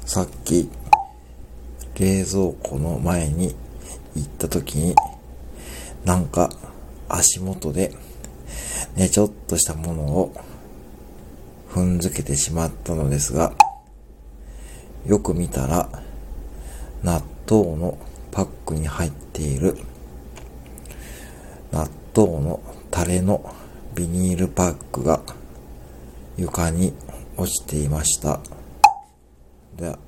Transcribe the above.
さっき冷蔵庫の前に行った時になんか足元でちょっとしたものを踏んづけてしまったのですが、よく見たら納豆のパックに入っている納豆のタレのビニールパックが床に落ちていました。では